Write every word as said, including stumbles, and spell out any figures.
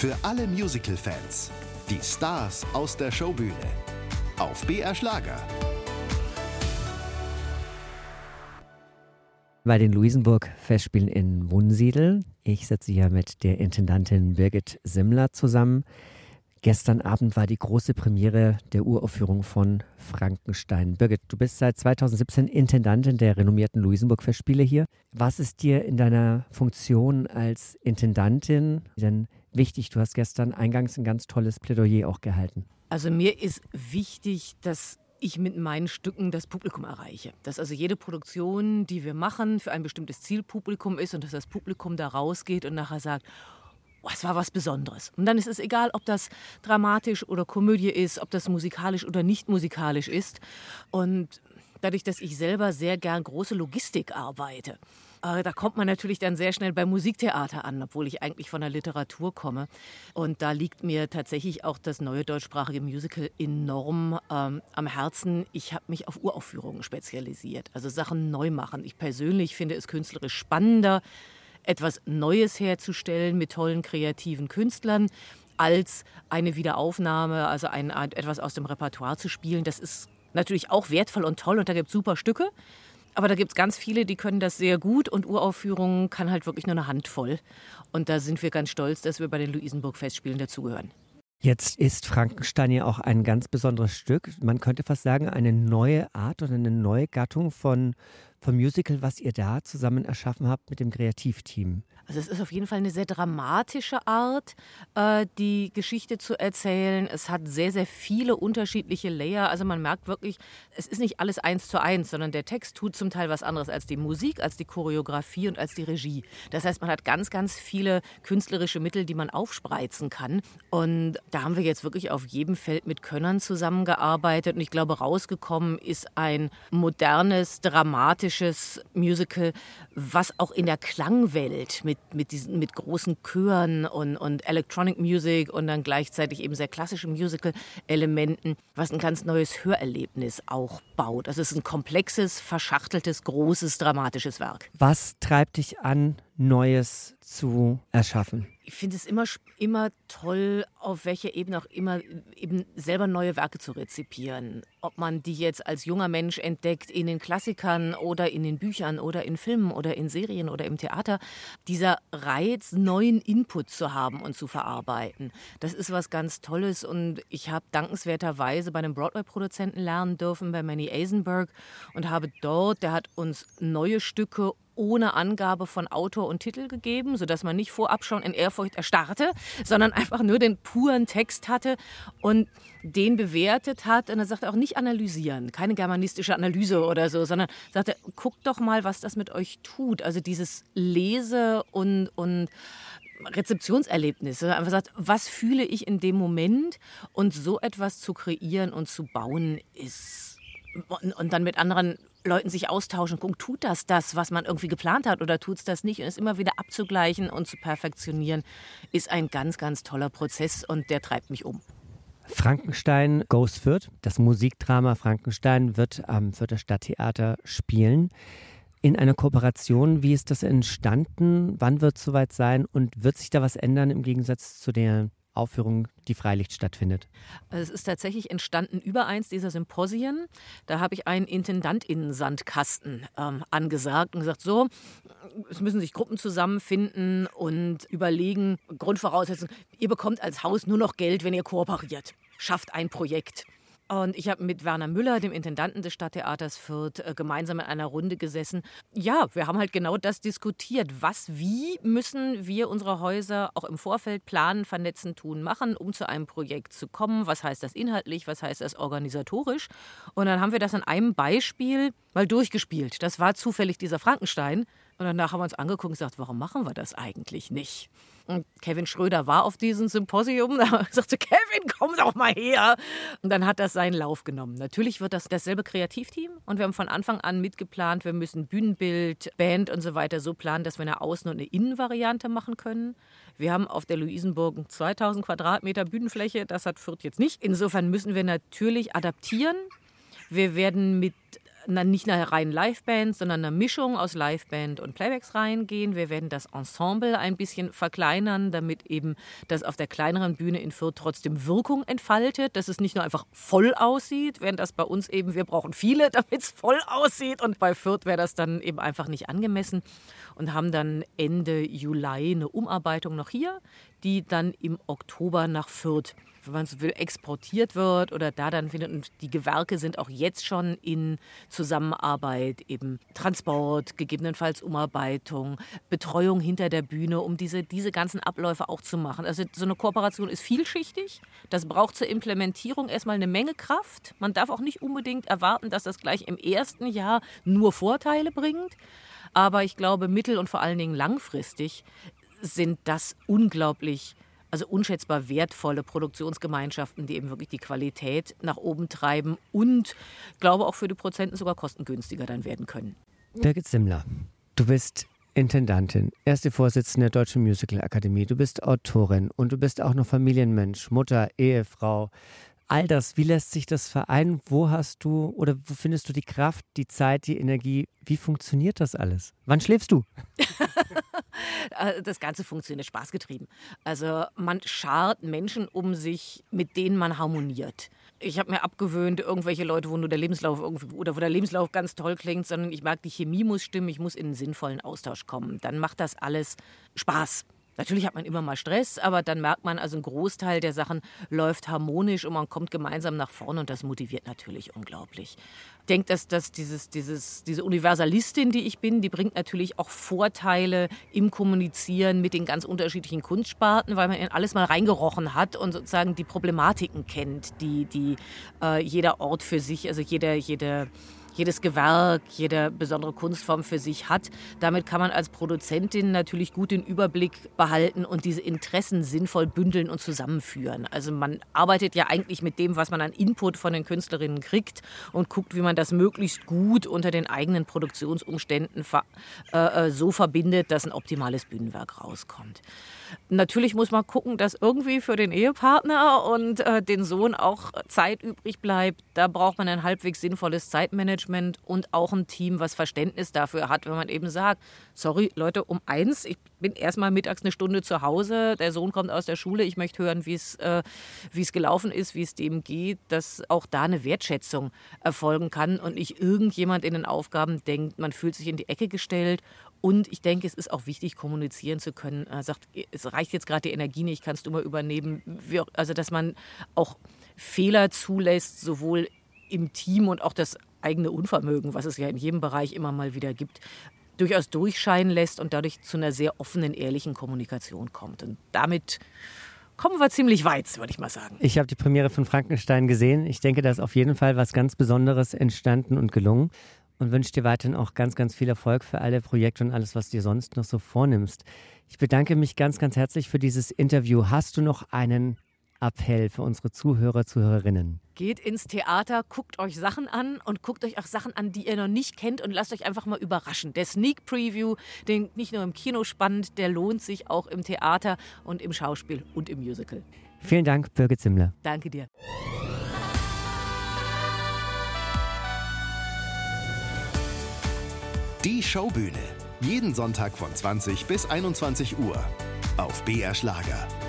Für alle Musical-Fans. Die Stars aus der Showbühne. Auf B R Schlager. Bei den Luisenburg-Festspielen in Wunsiedel. Ich sitze hier mit der Intendantin Birgit Simmler zusammen. Gestern Abend war die große Premiere der Uraufführung von Frankenstein. Birgit, du bist seit zweitausendsiebzehn Intendantin der renommierten Luisenburg-Festspiele hier. Was ist dir in deiner Funktion als Intendantin denn wichtig? Du hast gestern eingangs ein ganz tolles Plädoyer auch gehalten. Also mir ist wichtig, dass ich mit meinen Stücken das Publikum erreiche. Dass also jede Produktion, die wir machen, für ein bestimmtes Zielpublikum ist und dass das Publikum da rausgeht und nachher sagt, oh, es war was Besonderes. Und dann ist es egal, ob das dramatisch oder Komödie ist, ob das musikalisch oder nicht musikalisch ist. Und dadurch, dass ich selber sehr gern große Logistik arbeite, äh, da kommt man natürlich dann sehr schnell beim Musiktheater an, obwohl ich eigentlich von der Literatur komme. Und da liegt mir tatsächlich auch das neue deutschsprachige Musical enorm ähm, am Herzen. Ich habe mich auf Uraufführungen spezialisiert, also Sachen neu machen. Ich persönlich finde es künstlerisch spannender, etwas Neues herzustellen mit tollen kreativen Künstlern, als eine Wiederaufnahme, also ein, ein, etwas aus dem Repertoire zu spielen. Das ist natürlich auch wertvoll und toll und da gibt es super Stücke. Aber da gibt es ganz viele, die können das sehr gut und Uraufführungen kann halt wirklich nur eine Handvoll. Und da sind wir ganz stolz, dass wir bei den Luisenburg-Festspielen dazugehören. Jetzt ist Frankenstein ja auch ein ganz besonderes Stück. Man könnte fast sagen, eine neue Art oder eine neue Gattung von, von Musical, was ihr da zusammen erschaffen habt mit dem Kreativteam. Also es ist auf jeden Fall eine sehr dramatische Art, äh, die Geschichte zu erzählen. Es hat sehr, sehr viele unterschiedliche Layer. Also man merkt wirklich, es ist nicht alles eins zu eins, sondern der Text tut zum Teil was anderes als die Musik, als die Choreografie und als die Regie. Das heißt, man hat ganz, ganz viele künstlerische Mittel, die man aufspreizen kann. Und da haben wir jetzt wirklich auf jedem Feld mit Könnern zusammengearbeitet. Und ich glaube, rausgekommen ist ein modernes, dramatisches Musical, was auch in der Klangwelt mit Mit, mit, diesen, mit großen Chören und, und Electronic Music und dann gleichzeitig eben sehr klassische Musical-Elementen, was ein ganz neues Hörerlebnis auch baut. Also es ist ein komplexes, verschachteltes, großes, dramatisches Werk. Was treibt dich an, Neues zu erschaffen? Ich finde es immer, immer toll, auf welcher Ebene auch immer, eben selber neue Werke zu rezipieren. Ob man die jetzt als junger Mensch entdeckt in den Klassikern oder in den Büchern oder in Filmen oder in Serien oder im Theater. Dieser Reiz, neuen Input zu haben und zu verarbeiten, das ist was ganz Tolles. Und ich habe dankenswerterweise bei einem Broadway-Produzenten lernen dürfen, bei Manny Eisenberg, und habe dort, der hat uns neue Stücke ohne Angabe von Autor und Titel gegeben, sodass man nicht vorab schon in Ehrfurcht erstarrte, sondern einfach nur den puren Text hatte und den bewertet hat. Und er sagte auch nicht analysieren, keine germanistische Analyse oder so, sondern sagte, guckt doch mal, was das mit euch tut. Also dieses Lese- und, und Rezeptionserlebnis. Einfach sagt, was fühle ich in dem Moment? Und so etwas zu kreieren und zu bauen ist... Und, und dann mit anderen Leuten sich austauschen, gucken, tut das das, was man irgendwie geplant hat oder tut es das nicht? Und es immer wieder abzugleichen und zu perfektionieren, ist ein ganz, ganz toller Prozess und der treibt mich um. Frankenstein Goes Fürth, das Musikdrama Frankenstein, wird am Fürther Stadttheater spielen. In einer Kooperation, wie ist das entstanden? Wann wird es soweit sein? Und wird sich da was ändern im Gegensatz zu der Aufführung, die Freilicht stattfindet? Also es ist tatsächlich entstanden über eins dieser Symposien. Da habe ich einen Intendantinnen-Sandkasten ähm, angesagt und gesagt, so, es müssen sich Gruppen zusammenfinden und überlegen, Grundvoraussetzung, ihr bekommt als Haus nur noch Geld, wenn ihr kooperiert. Schafft ein Projekt. Und ich habe mit Werner Müller, dem Intendanten des Stadttheaters Fürth, gemeinsam in einer Runde gesessen. Ja, wir haben halt genau das diskutiert. Was, wie müssen wir unsere Häuser auch im Vorfeld planen, vernetzen, tun, machen, um zu einem Projekt zu kommen? Was heißt das inhaltlich? Was heißt das organisatorisch? Und dann haben wir das an einem Beispiel mal durchgespielt. Das war zufällig dieser Frankenstein. Und danach haben wir uns angeguckt und gesagt, warum machen wir das eigentlich nicht? Und Kevin Schröder war auf diesem Symposium. Da sagte Kevin, komm doch mal her. Und dann hat das seinen Lauf genommen. Natürlich wird das dasselbe Kreativteam. Und wir haben von Anfang an mitgeplant, wir müssen Bühnenbild, Band und so weiter so planen, dass wir eine Außen- und eine Innenvariante machen können. Wir haben auf der Luisenburg zweitausend Quadratmeter Bühnenfläche. Das hat Fürth jetzt nicht. Insofern müssen wir natürlich adaptieren. Wir werden mit na, nicht einer reinen Liveband, sondern einer Mischung aus Liveband und Playbacks reingehen. Wir werden das Ensemble ein bisschen verkleinern, damit eben das auf der kleineren Bühne in Fürth trotzdem Wirkung entfaltet, dass es nicht nur einfach voll aussieht, während das bei uns eben, wir brauchen viele, damit es voll aussieht, und bei Fürth wäre das dann eben einfach nicht angemessen, und haben dann Ende Juli eine Umarbeitung noch hier, die dann im Oktober nach Fürth, wenn man so will, exportiert wird oder da dann findet. Und die Gewerke sind auch jetzt schon in Zusammenarbeit, eben Transport, gegebenenfalls Umarbeitung, Betreuung hinter der Bühne, um diese, diese ganzen Abläufe auch zu machen. Also so eine Kooperation ist vielschichtig. Das braucht zur Implementierung erstmal eine Menge Kraft. Man darf auch nicht unbedingt erwarten, dass das gleich im ersten Jahr nur Vorteile bringt. Aber ich glaube, mittel- und vor allen Dingen langfristig sind das unglaublich, also unschätzbar wertvolle Produktionsgemeinschaften, die eben wirklich die Qualität nach oben treiben und, glaube auch für die Produzenten sogar kostengünstiger dann werden können. Birgit Simmler, du bist Intendantin, erste Vorsitzende der Deutschen Musical-Akademie, du bist Autorin und du bist auch noch Familienmensch, Mutter, Ehefrau. All das, wie lässt sich das vereinen? Wo hast du oder wo findest du die Kraft, die Zeit, die Energie? Wie funktioniert das alles? Wann schläfst du? Das Ganze funktioniert spaßgetrieben. Also man schart Menschen um sich, mit denen man harmoniert. Ich habe mir abgewöhnt, irgendwelche Leute, wo nur der Lebenslauf irgendwie, oder wo der Lebenslauf ganz toll klingt, sondern ich mag, die Chemie muss stimmen, ich muss in einen sinnvollen Austausch kommen. Dann macht das alles Spaß. Natürlich hat man immer mal Stress, aber dann merkt man, also ein Großteil der Sachen läuft harmonisch und man kommt gemeinsam nach vorne, und das motiviert natürlich unglaublich. Ich denke, dass, dass dieses, dieses, diese Universalistin, die ich bin, die bringt natürlich auch Vorteile im Kommunizieren mit den ganz unterschiedlichen Kunstsparten, weil man in alles mal reingerochen hat und sozusagen die Problematiken kennt, die, die äh, jeder Ort für sich, also jeder, jeder jedes Gewerk, jede besondere Kunstform für sich hat. Damit kann man als Produzentin natürlich gut den Überblick behalten und diese Interessen sinnvoll bündeln und zusammenführen. Also man arbeitet ja eigentlich mit dem, was man an Input von den Künstlerinnen kriegt, und guckt, wie man das möglichst gut unter den eigenen Produktionsumständen ver- äh, so verbindet, dass ein optimales Bühnenwerk rauskommt. Natürlich muss man gucken, dass irgendwie für den Ehepartner und äh, den Sohn auch Zeit übrig bleibt. Da braucht man ein halbwegs sinnvolles Zeitmanagement und auch ein Team, was Verständnis dafür hat, wenn man eben sagt, sorry Leute, um eins, ich bin erstmal mittags eine Stunde zu Hause, der Sohn kommt aus der Schule, ich möchte hören, wie es äh, wie es gelaufen ist, wie es dem geht, dass auch da eine Wertschätzung erfolgen kann und nicht irgendjemand in den Aufgaben denkt, man fühlt sich in die Ecke gestellt. Und ich denke, es ist auch wichtig, kommunizieren zu können. Er sagt, es reicht jetzt gerade die Energie nicht, kannst du mal übernehmen. Also, dass man auch Fehler zulässt, sowohl im Team und auch das eigene Unvermögen, was es ja in jedem Bereich immer mal wieder gibt, durchaus durchscheinen lässt und dadurch zu einer sehr offenen, ehrlichen Kommunikation kommt. Und damit kommen wir ziemlich weit, würde ich mal sagen. Ich habe die Premiere von Frankenstein gesehen. Ich denke, da ist auf jeden Fall was ganz Besonderes entstanden und gelungen. Und wünsche dir weiterhin auch ganz, ganz viel Erfolg für alle Projekte und alles, was du dir sonst noch so vornimmst. Ich bedanke mich ganz, ganz herzlich für dieses Interview. Hast du noch einen Appell für unsere Zuhörer, Zuhörerinnen? Geht ins Theater, guckt euch Sachen an und guckt euch auch Sachen an, die ihr noch nicht kennt, und lasst euch einfach mal überraschen. Der Sneak Preview, den nicht nur im Kino spannend, der lohnt sich auch im Theater und im Schauspiel und im Musical. Vielen Dank, Birgit Simmler. Danke dir. Die Showbühne. Jeden Sonntag von zwanzig bis einundzwanzig Uhr auf B R Schlager.